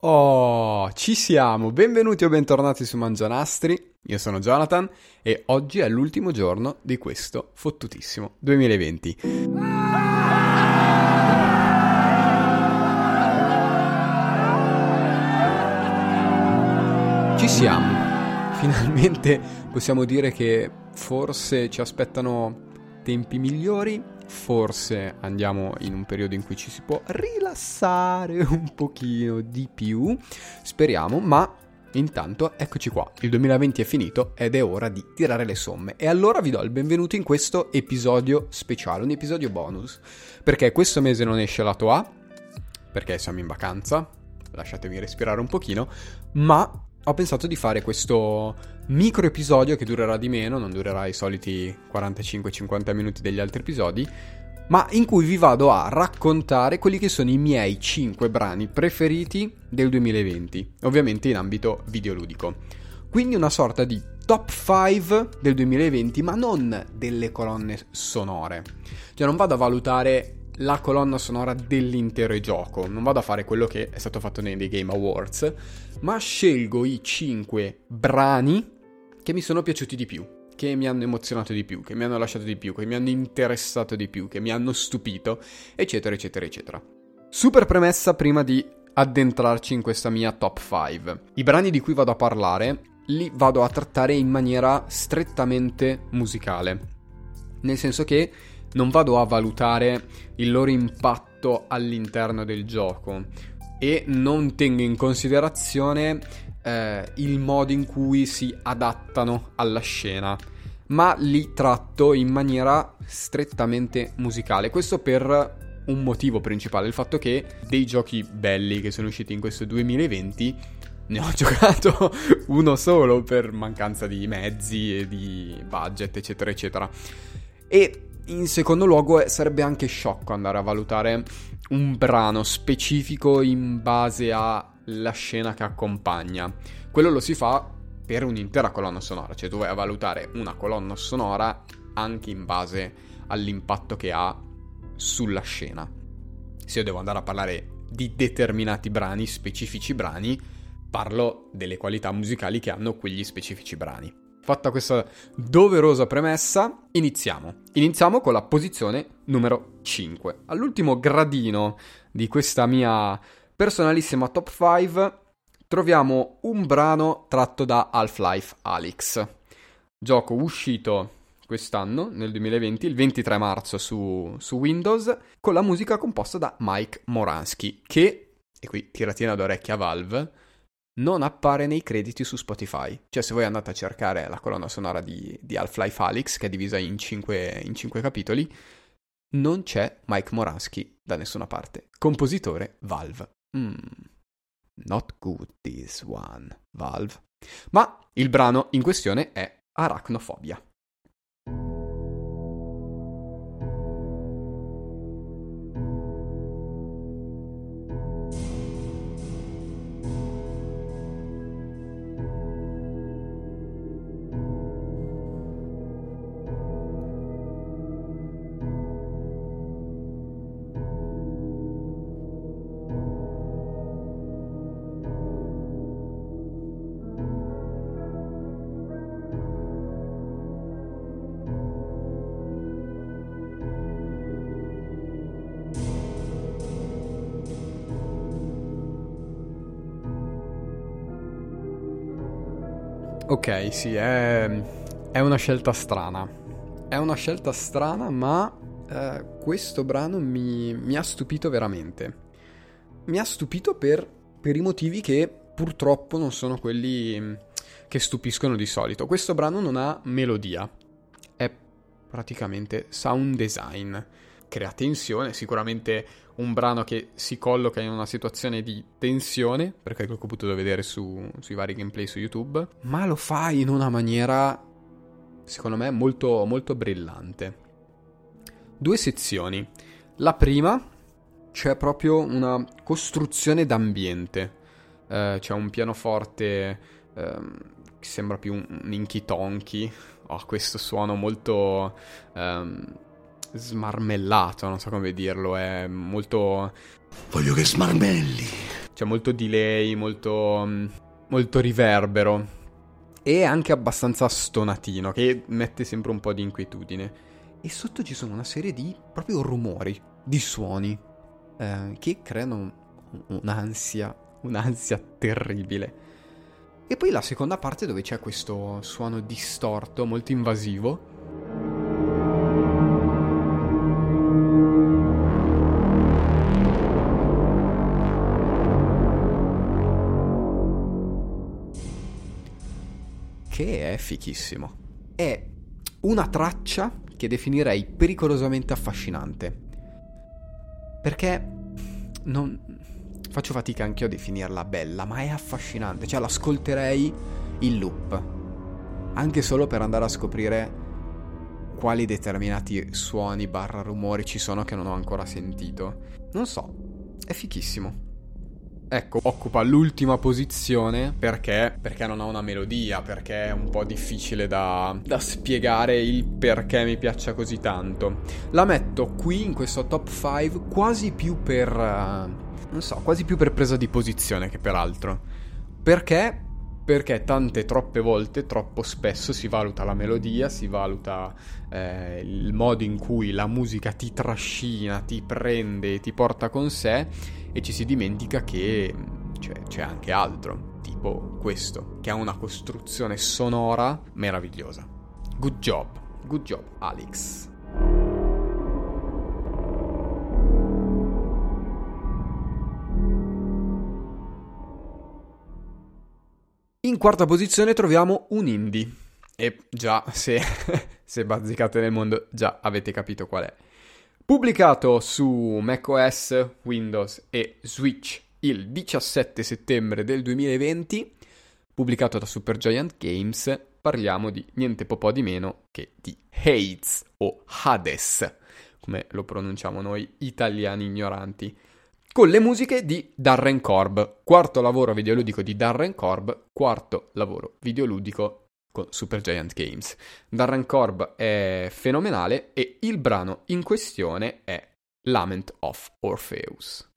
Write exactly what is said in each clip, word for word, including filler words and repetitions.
Oh, ci siamo! Benvenuti o bentornati su Mangianastri. Io sono Jonathan e oggi è l'ultimo giorno di questo fottutissimo duemilaventi. Ci siamo! Finalmente possiamo dire che forse ci aspettano tempi migliori. Forse andiamo in un periodo in cui ci si può rilassare un pochino di più, speriamo, ma intanto eccoci qua, il duemilaventi è finito ed è ora di tirare le somme. E allora vi do il benvenuto in questo episodio speciale, un episodio bonus, perché questo mese non esce lato A, perché siamo in vacanza, lasciatemi respirare un pochino, ma ho pensato di fare questo micro episodio che durerà di meno, non durerà i soliti quarantacinque cinquanta minuti degli altri episodi, ma in cui vi vado a raccontare quelli che sono i miei cinque brani preferiti del duemilaventi, ovviamente in ambito videoludico. Quindi una sorta di top cinque del duemilaventi, ma non delle colonne sonore. Cioè non vado a valutare la colonna sonora dell'intero gioco, non vado a fare quello che è stato fatto nei Game Awards, ma scelgo i cinque brani che mi sono piaciuti di più, che mi hanno emozionato di più, che mi hanno lasciato di più, che mi hanno interessato di più, che mi hanno stupito, eccetera eccetera eccetera. Super premessa prima di addentrarci in questa mia top cinque. I brani di cui vado a parlare li vado a trattare in maniera strettamente musicale, nel senso che non vado a valutare il loro impatto all'interno del gioco e non tengo in considerazione eh, il modo in cui si adattano alla scena, ma li tratto in maniera strettamente musicale. Questo per un motivo principale, il fatto che dei giochi belli che sono usciti in questo duemilaventi ne ho giocato uno solo per mancanza di mezzi e di budget, eccetera eccetera. E in secondo luogo sarebbe anche sciocco andare a valutare un brano specifico in base alla scena che accompagna. Quello lo si fa per un'intera colonna sonora, cioè tu vai a valutare una colonna sonora anche in base all'impatto che ha sulla scena. Se io devo andare a parlare di determinati brani, specifici brani, parlo delle qualità musicali che hanno quegli specifici brani. Fatta questa doverosa premessa, iniziamo. Iniziamo con la posizione numero cinque. All'ultimo gradino di questa mia personalissima top cinque troviamo un brano tratto da Half-Life Alyx. Gioco uscito quest'anno, nel duemilaventi, il ventitré marzo su, su Windows, con la musica composta da Mike Moransky, che, e qui tiratina d'orecchia a Valve, non appare nei crediti su Spotify. Cioè se voi andate a cercare la colonna sonora di, di Half-Life Alyx, che è divisa in cinque, in cinque capitoli, non c'è Mike Moransky da nessuna parte. Compositore Valve. Mm, not good this one, Valve. Ma il brano in questione è Arachnophobia. Ok, sì, è, è una scelta strana. È una scelta strana, ma eh, questo brano mi, mi ha stupito veramente. Mi ha stupito per, per i motivi che purtroppo non sono quelli che stupiscono di solito. Questo brano non ha melodia, è praticamente sound design. Crea tensione, sicuramente un brano che si colloca in una situazione di tensione, perché è quello che ho potuto vedere su, sui vari gameplay su YouTube, ma lo fa in una maniera, secondo me, molto, molto brillante. Due sezioni. La prima, c'è proprio una costruzione d'ambiente. Eh, c'è un pianoforte ehm, che sembra più un, un inky-tonky. Oh, questo suono molto ehm, smarmellato, non so come dirlo, è molto... Voglio che smarmelli. c'è molto delay, molto, molto riverbero e anche abbastanza stonatino, che mette sempre un po' di inquietudine. E sotto ci sono una serie di proprio rumori, di suoni, eh, che creano un'ansia, un'ansia terribile. E poi la seconda parte dove c'è questo suono distorto, molto invasivo. Che è fichissimo. È una traccia che definirei pericolosamente affascinante. Perché non faccio fatica anche io a definirla bella, ma è affascinante. Cioè l'ascolterei in loop, anche solo per andare a scoprire quali determinati suoni barra rumori ci sono che non ho ancora sentito. Non so, è fichissimo. Ecco, occupa l'ultima posizione perché perché non ha una melodia, perché è un po' difficile da, da spiegare il perché mi piaccia così tanto. La metto qui in questo top cinque quasi più per uh, non so, quasi più per presa di posizione che per altro. Perché? Perché tante, troppe volte, troppo spesso si valuta la melodia, si valuta eh, il modo in cui la musica ti trascina, ti prende, ti porta con sé, e ci si dimentica che cioè, c'è anche altro, tipo questo, che ha una costruzione sonora meravigliosa. Good job, good job, Alex. In quarta posizione troviamo un indie. E già, se, se bazzicate nel mondo, già avete capito qual è. Pubblicato su macOS, Windows e Switch il diciassette settembre del duemilaventi, pubblicato da Supergiant Games, parliamo di niente po' di meno che di Hades o Hades, come lo pronunciamo noi italiani ignoranti, con le musiche di Darren Korb, quarto lavoro videoludico di Darren Korb, quarto lavoro videoludico con Supergiant Games. Darren Korb è fenomenale e il brano in questione è Lament of Orpheus.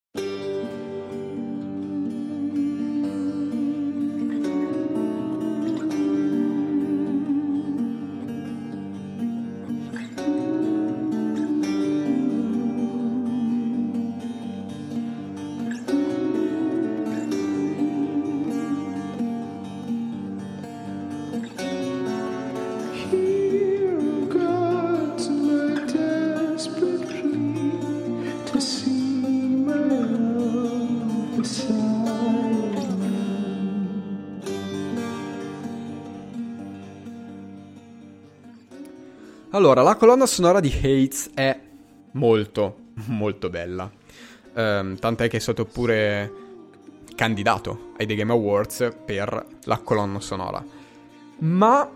Allora, la colonna sonora di Hades è molto, molto bella. Um, tant'è che è stato pure candidato ai The Game Awards per la colonna sonora. Ma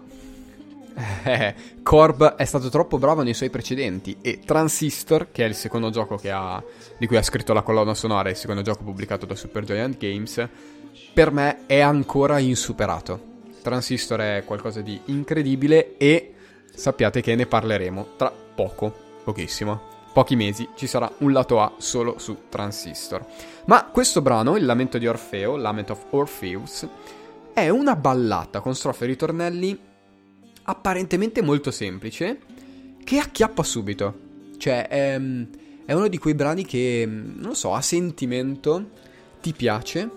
eh, Korb è stato troppo bravo nei suoi precedenti e Transistor, che è il secondo gioco che ha, di cui ha scritto la colonna sonora, il secondo gioco pubblicato da Supergiant Games, per me è ancora insuperato. Transistor è qualcosa di incredibile e sappiate che ne parleremo tra poco, pochissimo, pochi mesi, ci sarà un lato A solo su Transistor. Ma questo brano, il lamento di Orfeo, Lament of Orpheus, è una ballata con strofe e ritornelli apparentemente molto semplice, che acchiappa subito. Cioè, è, è uno di quei brani che, non lo so, a sentimento ti piace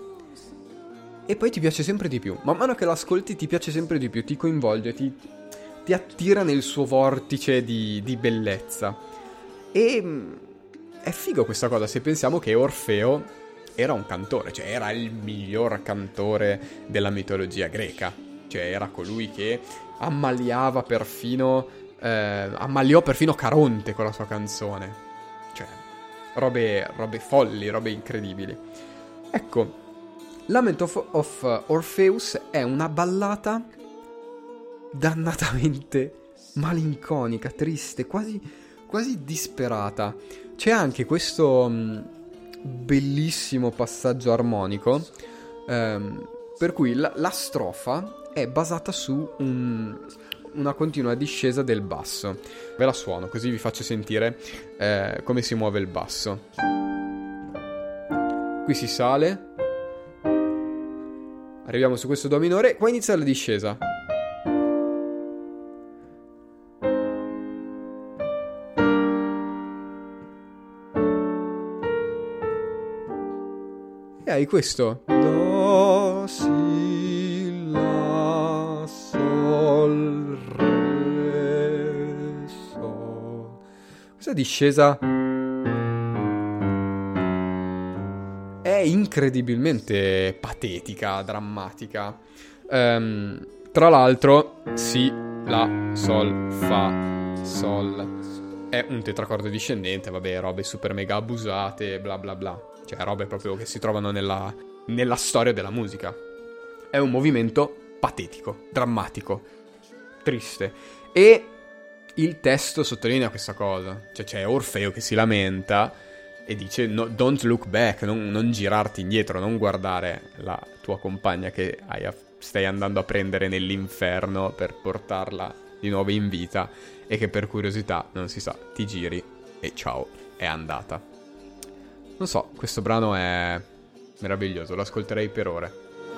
e poi ti piace sempre di più. Man mano che l'ascolti ti piace sempre di più, ti coinvolge, ti... ti attira nel suo vortice di, di bellezza. E è figo questa cosa se pensiamo che Orfeo era un cantore, cioè era il miglior cantore della mitologia greca, cioè era colui che ammaliava perfino eh, ammaliò perfino Caronte con la sua canzone, cioè robe, robe folli, robe incredibili. Ecco, Lament of, of Orpheus è una ballata dannatamente malinconica, triste, quasi, quasi disperata. C'è anche questo mh, bellissimo passaggio armonico ehm, per cui la, la strofa è basata su un, una continua discesa del basso. Ve la suono così vi faccio sentire eh, come si muove il basso. qui si sale. Arriviamo su questo do minore. Qua inizia la discesa. E hai questo do, si, la, sol, re, sol. Questa discesa è incredibilmente patetica, drammatica. Um, tra l'altro, si, la, sol, fa, sol è un tetracordo discendente, vabbè, robe super mega abusate, bla bla bla. Cioè, robe proprio che si trovano nella, nella storia della musica. È un movimento patetico, drammatico, triste. E il testo sottolinea questa cosa. Cioè, c'è Orfeo che si lamenta e dice no, don't look back, non, non girarti indietro, non guardare la tua compagna che hai a, stai andando a prendere nell'inferno per portarla di nuovo in vita e che per curiosità, non si sa, ti giri e ciao, è andata. Non so, questo brano è meraviglioso, lo ascolterei per ore.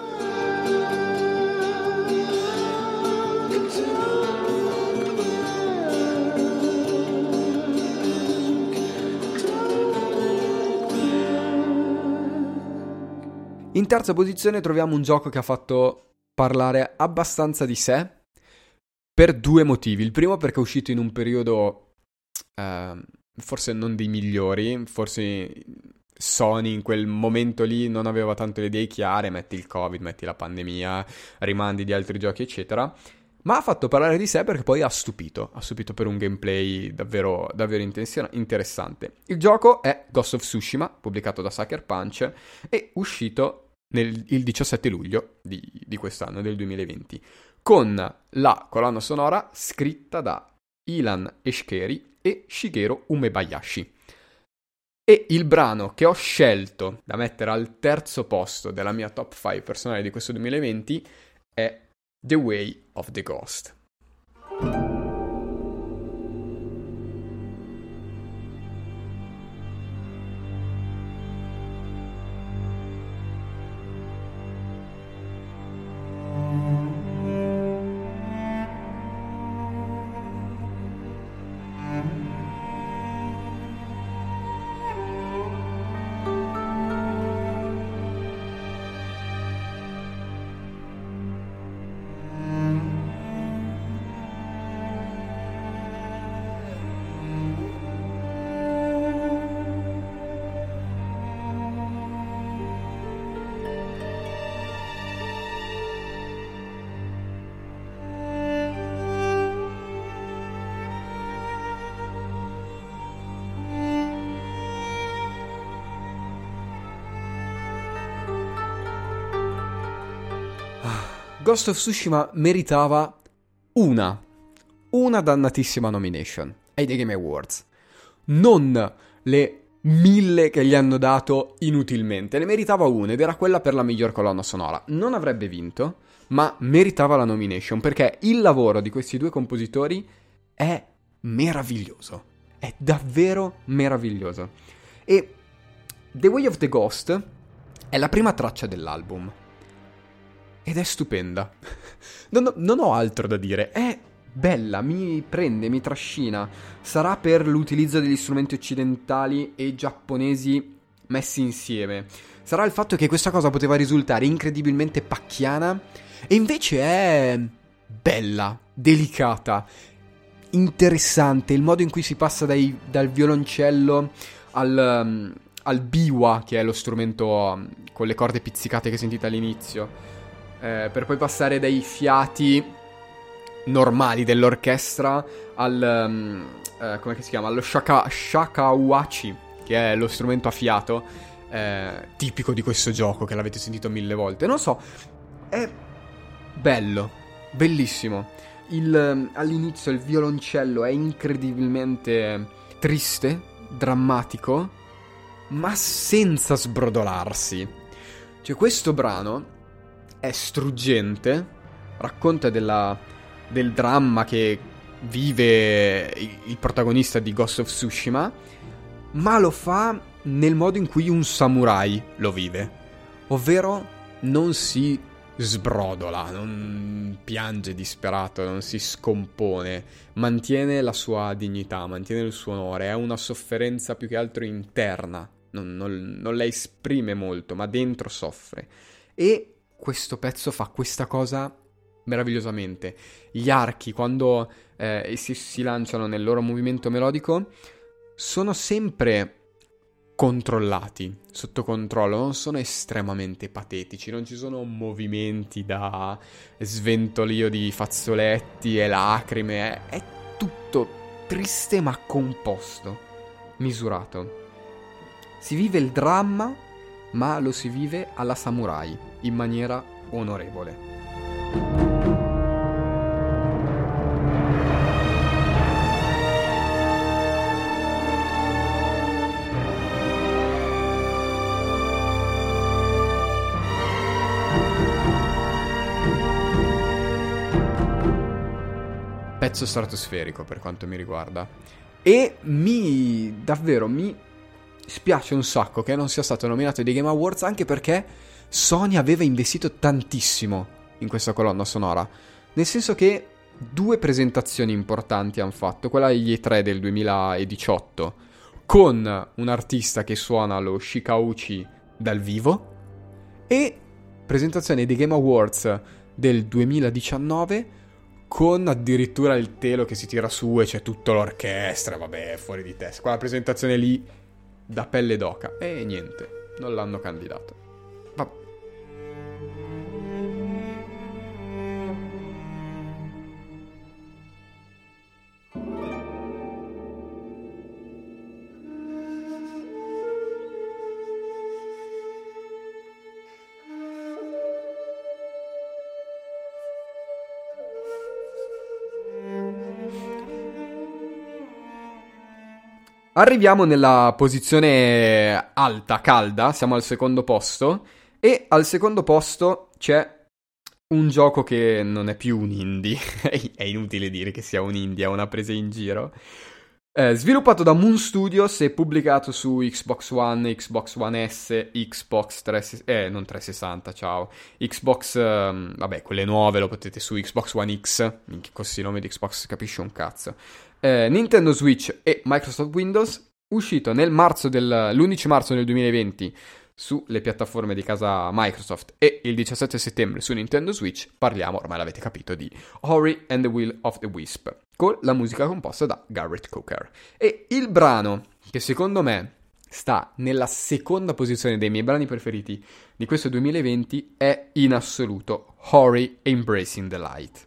In terza posizione troviamo un gioco che ha fatto parlare abbastanza di sé per due motivi. Il primo perché è uscito in un periodo eh, forse non dei migliori, forse Sony in quel momento lì non aveva tanto le idee chiare, metti il Covid, metti la pandemia, rimandi di altri giochi eccetera, ma ha fatto parlare di sé perché poi ha stupito, ha stupito per un gameplay davvero, davvero intensi- interessante. Il gioco è Ghost of Tsushima, pubblicato da Sucker Punch e uscito nel, il diciassette luglio di, di quest'anno, del duemilaventi, con la colonna sonora scritta da Ilan Eshkeri e Shigeru Umebayashi. E il brano che ho scelto da mettere al terzo posto della mia top cinque personale di questo duemilaventi è The Way of the Ghost. Ghost of Tsushima meritava una, una dannatissima nomination ai The Game Awards. Non le mille che gli hanno dato inutilmente. Ne meritava una ed era quella per la miglior colonna sonora. Non avrebbe vinto, ma meritava la nomination perché il lavoro di questi due compositori è meraviglioso. È davvero meraviglioso. E The Way of the Ghost è la prima traccia dell'album. Ed è stupenda. Non, non ho altro da dire. È bella, mi prende, mi trascina. Sarà per l'utilizzo degli strumenti occidentali e giapponesi messi insieme. Sarà il fatto che questa cosa poteva risultare incredibilmente pacchiana e invece è bella, delicata, interessante. Il modo in cui si passa dai, dal violoncello al, um, al biwa, che è lo strumento um, con le corde pizzicate che sentite all'inizio. Eh, per poi passare dai fiati normali dell'orchestra al um, eh, come si chiama? Allo shaka, shakawachi, che è lo strumento a fiato eh, tipico di questo gioco, che l'avete sentito mille volte. Non so, è bello, bellissimo. Il, all'inizio il violoncello è incredibilmente triste, drammatico, ma senza sbrodolarsi. Cioè, questo brano è struggente, racconta della, del dramma che vive il, il protagonista di Ghost of Tsushima, ma lo fa nel modo in cui un samurai lo vive, ovvero non si sbrodola, non piange disperato, non si scompone, mantiene la sua dignità, mantiene il suo onore, è una sofferenza più che altro interna, non, non, non la esprime molto, ma dentro soffre. E questo pezzo fa questa cosa meravigliosamente. Gli archi, quando eh, si, si lanciano nel loro movimento melodico, sono sempre controllati, sotto controllo, non sono estremamente patetici, non ci sono movimenti da sventolio di fazzoletti e lacrime, è, è tutto triste ma composto, misurato. Si vive il dramma, ma lo si vive alla samurai, in maniera onorevole. Pezzo stratosferico per quanto mi riguarda. E mi davvero mi spiace un sacco che non sia stato nominato ai Game Awards, anche perché Sony aveva investito tantissimo in questa colonna sonora, nel senso che due presentazioni importanti hanno fatto, quella degli E tre del duemiladiciotto con un artista che suona lo shikauchi dal vivo, e presentazione dei Game Awards del duemiladiciannove con addirittura il telo che si tira su e c'è tutta l'orchestra, vabbè, fuori di testa. Quella presentazione lì da pelle d'oca. E niente, non l'hanno candidato. Vabbè. Arriviamo nella posizione alta, calda, siamo al secondo posto, e al secondo posto c'è un gioco che non è più un indie, è inutile dire che sia un indie, è una presa in giro, eh, sviluppato da Moon Studios e pubblicato su Xbox One, Xbox One S, Xbox trecentosessanta, eh non trecentosessanta, ciao, Xbox, eh, vabbè, quelle nuove lo potete su Xbox One X, minchia, con questi nomi di Xbox capisci un cazzo. Eh, Nintendo Switch e Microsoft Windows, uscito nel marzo del, l'undici marzo del duemilaventi sulle piattaforme di casa Microsoft e il diciassette settembre su Nintendo Switch. Parliamo, ormai l'avete capito, di Ori and the Will of the Wisp, con la musica composta da Garrett Coker. E il brano che secondo me sta nella seconda posizione dei miei brani preferiti di questo duemilaventi è in assoluto Ori Embracing the Light.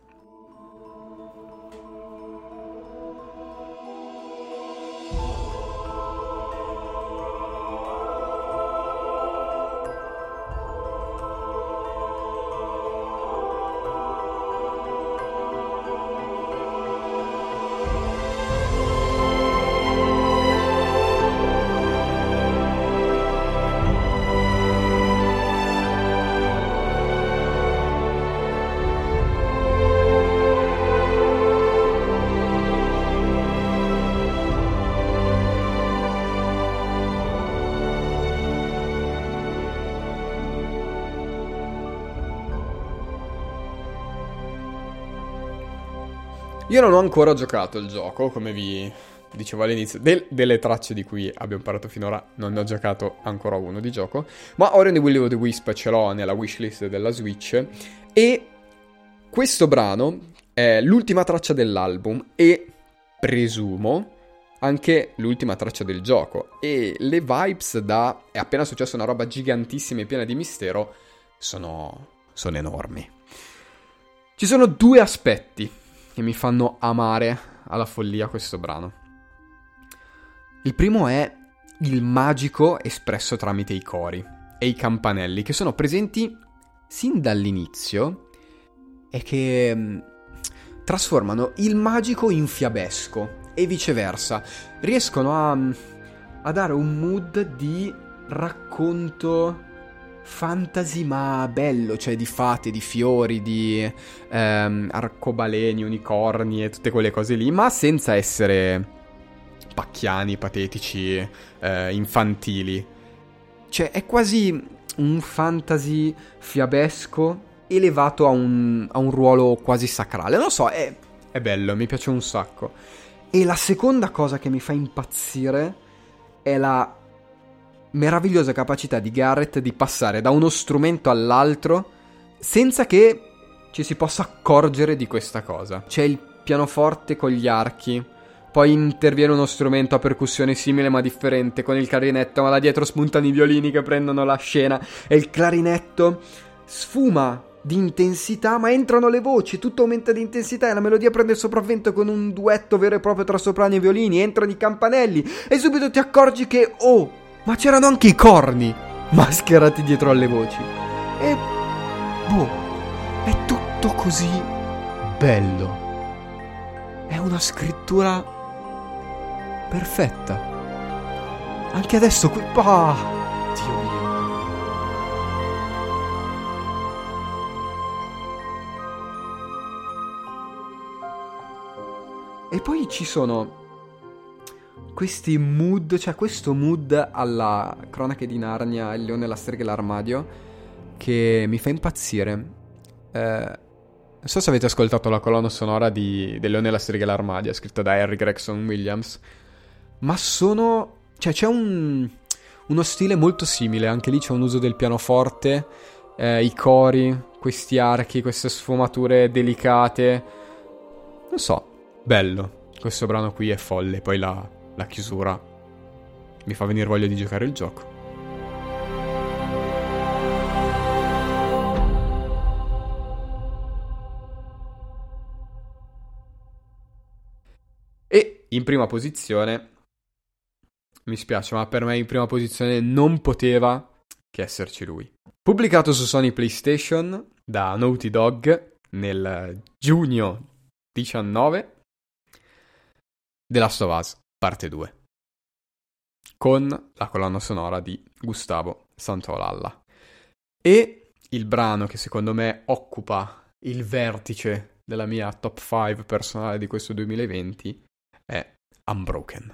Io non ho ancora giocato il gioco, come vi dicevo all'inizio, del, delle tracce di cui abbiamo parlato finora non ne ho giocato ancora uno di gioco, ma Ori and the Will of the Wisp ce l'ho nella wishlist della Switch, e questo brano è l'ultima traccia dell'album e, presumo, anche l'ultima traccia del gioco, e le vibes da è appena successo una roba gigantissima e piena di mistero sono, sono enormi. Ci sono due aspetti che mi fanno amare alla follia questo brano. Il primo è il magico espresso tramite i cori e i campanelli, che sono presenti sin dall'inizio e che mh, trasformano il magico in fiabesco e viceversa. Riescono a, a dare un mood di racconto fantasy ma bello, cioè di fate, di fiori, di ehm, arcobaleni, unicorni e tutte quelle cose lì, ma senza essere pacchiani, patetici, eh, infantili. Cioè è quasi un fantasy fiabesco elevato a un, a un ruolo quasi sacrale. Non lo so, è, è bello, mi piace un sacco. E la seconda cosa che mi fa impazzire è la meravigliosa capacità di Garrett di passare da uno strumento all'altro senza che ci si possa accorgere di questa cosa. C'è il pianoforte con gli archi, poi interviene uno strumento a percussione simile ma differente con il clarinetto, ma là dietro spuntano i violini che prendono la scena e il clarinetto sfuma di intensità, ma entrano le voci, tutto aumenta di intensità e la melodia prende il sopravvento con un duetto vero e proprio tra soprani e violini, entrano i campanelli e subito ti accorgi che, oh, ma c'erano anche i corni mascherati dietro alle voci. E, boh, è tutto così bello. È una scrittura perfetta. Anche adesso qui, ah, Dio mio. E poi ci sono questi mood, cioè questo mood alla Cronache di Narnia, Il leone, la strega e l'armadio, che mi fa impazzire. Eh, non so se avete ascoltato la colonna sonora di del Leone, la strega e l'armadio, scritta da Harry Gregson Williams, ma sono, cioè c'è un uno stile molto simile, anche lì c'è un uso del pianoforte, eh, i cori, questi archi, queste sfumature delicate. Non so, bello. Questo brano qui è folle, poi la, la chiusura mi fa venire voglia di giocare il gioco. E in prima posizione, mi spiace, ma per me in prima posizione non poteva che esserci lui. Pubblicato su Sony PlayStation da Naughty Dog nel giugno diciannove, The Last of Us parte due, con la colonna sonora di Gustavo Santaolalla. E il brano che secondo me occupa il vertice della mia top cinque personale di questo duemilaventi è Unbroken.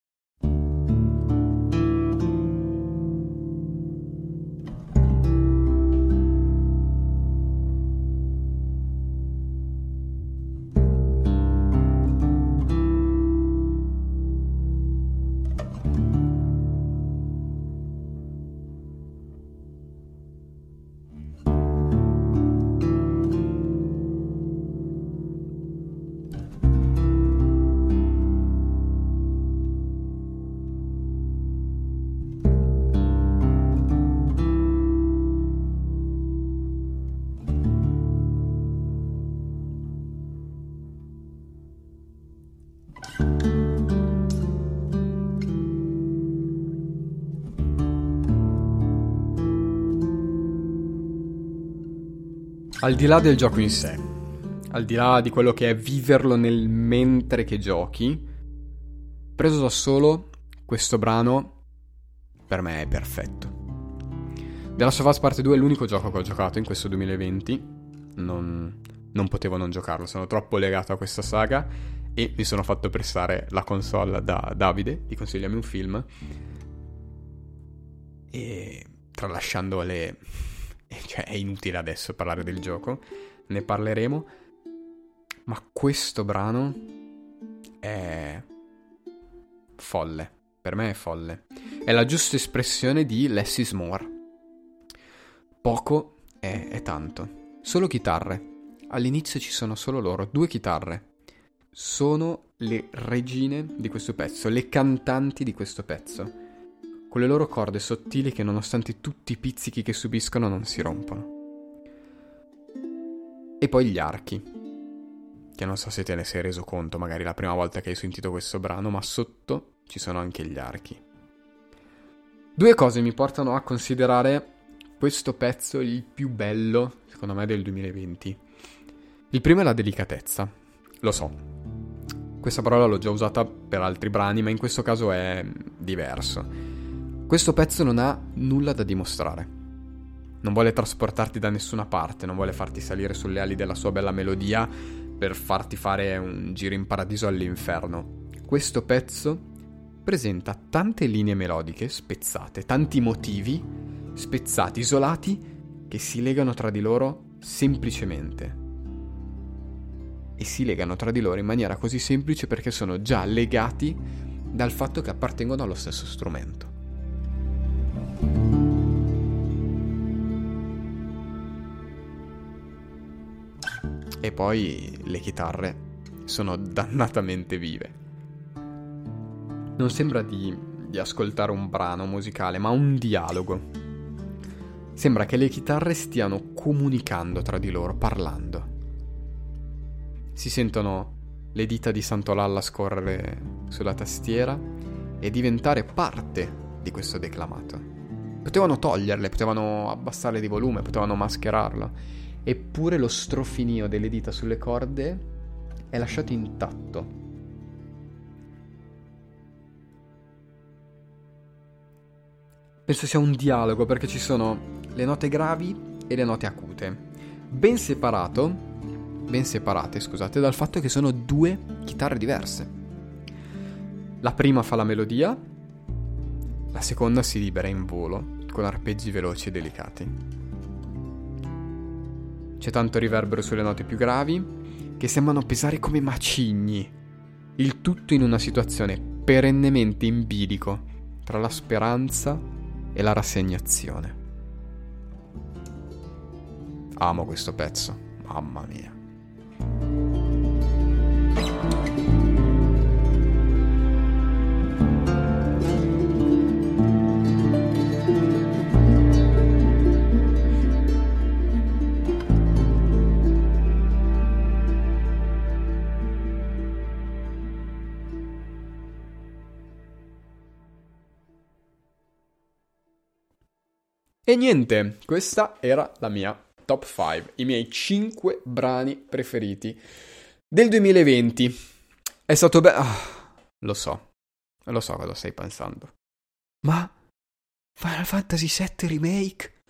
Al di là del gioco in sé, al di là di quello che è viverlo nel mentre che giochi, preso da solo, questo brano per me è perfetto. The Last of Us Parte due è l'unico gioco che ho giocato in questo duemilaventi, non, non potevo non giocarlo, sono troppo legato a questa saga e mi sono fatto prestare la console da Davide, di Consigliami un film, e tralasciando le... cioè è inutile adesso parlare del gioco, ne parleremo, ma questo brano è folle, per me è folle, è la giusta espressione di less is more. Poco è, è tanto, solo chitarre, all'inizio ci sono solo loro, due chitarre, sono le regine di questo pezzo, le cantanti di questo pezzo, con le loro corde sottili che nonostante tutti i pizzichi che subiscono non si rompono. E poi gli archi, che non so se te ne sei reso conto magari la prima volta che hai sentito questo brano, ma sotto ci sono anche gli archi. Due cose mi portano a considerare questo pezzo il più bello, secondo me, del duemilaventi. Il primo è la delicatezza, lo so, questa parola l'ho già usata per altri brani, ma in questo caso è diverso. Questo pezzo non ha nulla da dimostrare. Non vuole trasportarti da nessuna parte, non vuole farti salire sulle ali della sua bella melodia per farti fare un giro in paradiso all'inferno. Questo pezzo presenta tante linee melodiche spezzate, tanti motivi spezzati, isolati, che si legano tra di loro semplicemente. E si legano tra di loro in maniera così semplice perché sono già legati dal fatto che appartengono allo stesso strumento. E poi le chitarre sono dannatamente vive. Non sembra di, di ascoltare un brano musicale, ma un dialogo. Sembra che le chitarre stiano comunicando tra di loro, parlando. Si sentono le dita di Santolalla scorrere sulla tastiera e diventare parte di questo declamato. Potevano toglierle, potevano abbassarle di volume, potevano mascherarlo. Eppure lo strofinio delle dita sulle corde è lasciato intatto. Penso sia un dialogo perché ci sono le note gravi e le note acute, ben separato, ben separate, scusate, dal fatto che sono due chitarre diverse. La prima fa la melodia, la seconda si libera in volo con arpeggi veloci e delicati. C'è tanto riverbero sulle note più gravi che sembrano pesare come macigni. Il tutto in una situazione perennemente in bilico tra la speranza e la rassegnazione. Amo questo pezzo, mamma mia. E niente, questa era la mia top cinque, i miei cinque brani preferiti del duemilaventi. È stato bello... Ah, lo so, lo so cosa stai pensando. Ma Final Fantasy sette Remake?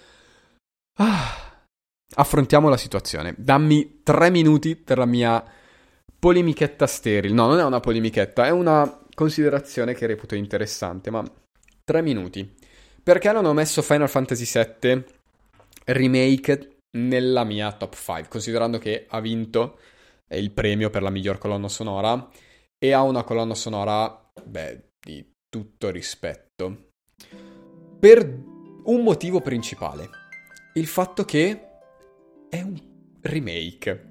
Ah. Affrontiamo la situazione. Dammi tre minuti per la mia polemichetta sterile. No, non è una polemichetta, è una considerazione che reputo interessante, ma tre minuti. Perché non ho messo Final Fantasy sette Remake nella mia top cinque, considerando che ha vinto il premio per la miglior colonna sonora e ha una colonna sonora, beh, di tutto rispetto. Per un motivo principale, il fatto che è un remake,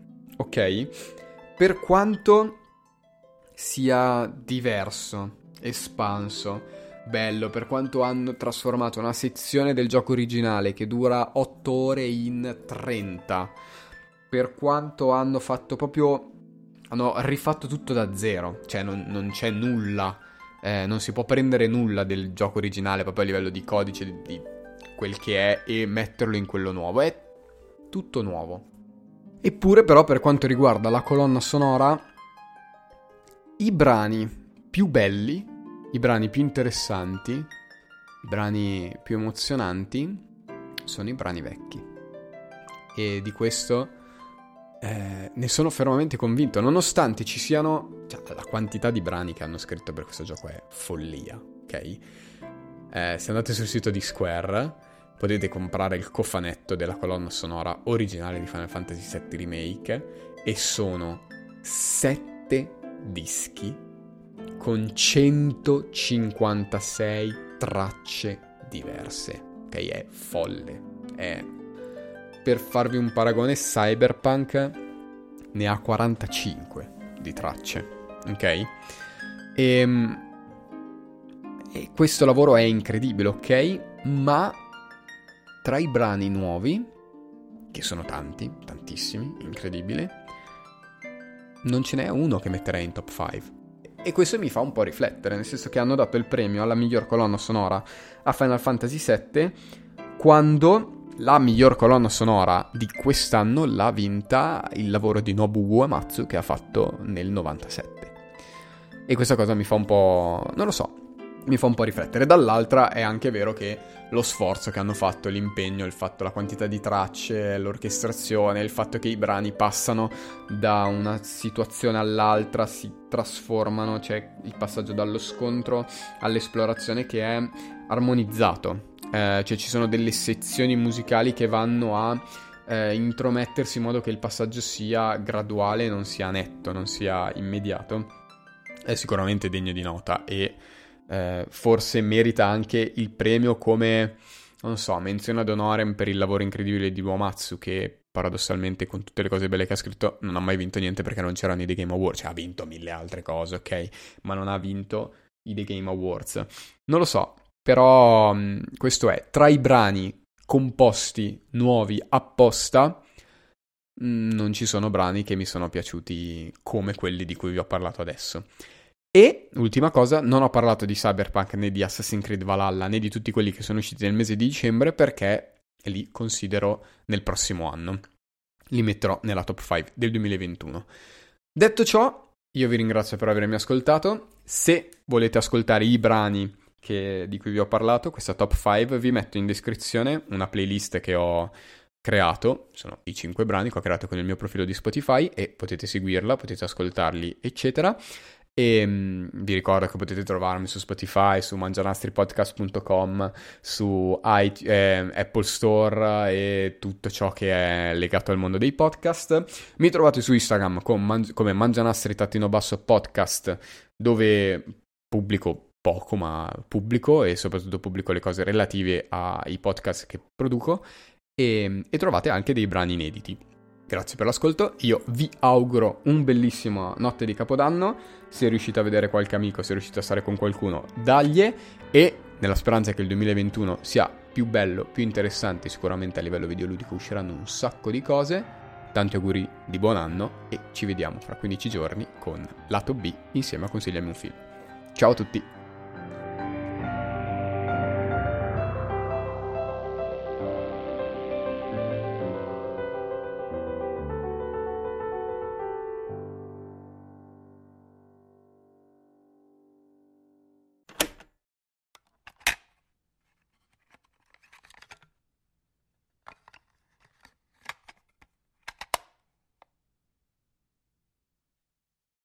ok? Per quanto sia diverso, espanso, bello, per quanto hanno trasformato una sezione del gioco originale che dura otto ore in trenta, per quanto hanno fatto proprio, hanno rifatto tutto da zero, cioè non, non c'è nulla, eh, non si può prendere nulla del gioco originale proprio a livello di codice, di, di quel che è, e metterlo in quello nuovo, è tutto nuovo. Eppure però per quanto riguarda la colonna sonora, i brani più belli, i brani più interessanti, i brani più emozionanti sono i brani vecchi. E di questo eh, ne sono fermamente convinto, nonostante ci siano... Cioè, la quantità di brani che hanno scritto per questo gioco è follia, ok? Eh, se andate sul sito di Square potete comprare il cofanetto della colonna sonora originale di Final Fantasy sette Remake e sono sette dischi con centocinquantasei tracce diverse, ok? È folle. È... Per farvi un paragone, Cyberpunk ne ha quarantacinque di tracce, ok? E, e questo lavoro è incredibile, ok? Ma tra i brani nuovi, che sono tanti, tantissimi, incredibile, non ce n'è uno che metterei in top cinque. E questo mi fa un po' riflettere, nel senso che hanno dato il premio alla miglior colonna sonora a Final Fantasy sette quando la miglior colonna sonora di quest'anno l'ha vinta il lavoro di Nobuo Uematsu che ha fatto nel novantasette. E questa cosa mi fa un po'... non lo so. mi fa un po' riflettere. Dall'altra è anche vero che lo sforzo che hanno fatto, l'impegno, il fatto, la quantità di tracce, l'orchestrazione, il fatto che i brani passano da una situazione all'altra, si trasformano, c'è il passaggio dallo scontro all'esplorazione che è armonizzato, eh, cioè ci sono delle sezioni musicali che vanno a eh, intromettersi in modo che il passaggio sia graduale, non sia netto, non sia immediato, è sicuramente degno di nota e Eh, forse merita anche il premio come, non so, menzione ad honorem per il lavoro incredibile di Uematsu, che paradossalmente con tutte le cose belle che ha scritto non ha mai vinto niente perché non c'erano i The Game Awards, cioè ha vinto mille altre cose, ok, ma non ha vinto i The Game Awards. Non lo so, però mh, questo è, tra i brani composti nuovi apposta mh, non ci sono brani che mi sono piaciuti come quelli di cui vi ho parlato adesso. E, ultima cosa, non ho parlato di Cyberpunk né di Assassin's Creed Valhalla né di tutti quelli che sono usciti nel mese di dicembre perché li considero nel prossimo anno. Li metterò nella top cinque del duemilaventuno. Detto ciò, io vi ringrazio per avermi ascoltato. Se volete ascoltare i brani che, di cui vi ho parlato, questa top cinque, vi metto in descrizione una playlist che ho creato, sono i cinque brani che ho creato con il mio profilo di Spotify e potete seguirla, potete ascoltarli, eccetera. E um, vi ricordo che potete trovarmi su Spotify, su mangianastripodcast punto com, su i, eh, Apple Store e tutto ciò che è legato al mondo dei podcast. Mi trovate su Instagram con man- come mangianastri-podcast, dove pubblico poco ma pubblico e soprattutto pubblico le cose relative ai podcast che produco e, e trovate anche dei brani inediti. Grazie per l'ascolto, io vi auguro un bellissimo notte di Capodanno, se riuscite a vedere qualche amico, se riuscite a stare con qualcuno, dagli, e nella speranza che il duemilaventuno sia più bello, più interessante, sicuramente a livello videoludico usciranno un sacco di cose, tanti auguri di buon anno e ci vediamo fra quindici giorni con Lato B insieme a Consigliami un film. Ciao a tutti!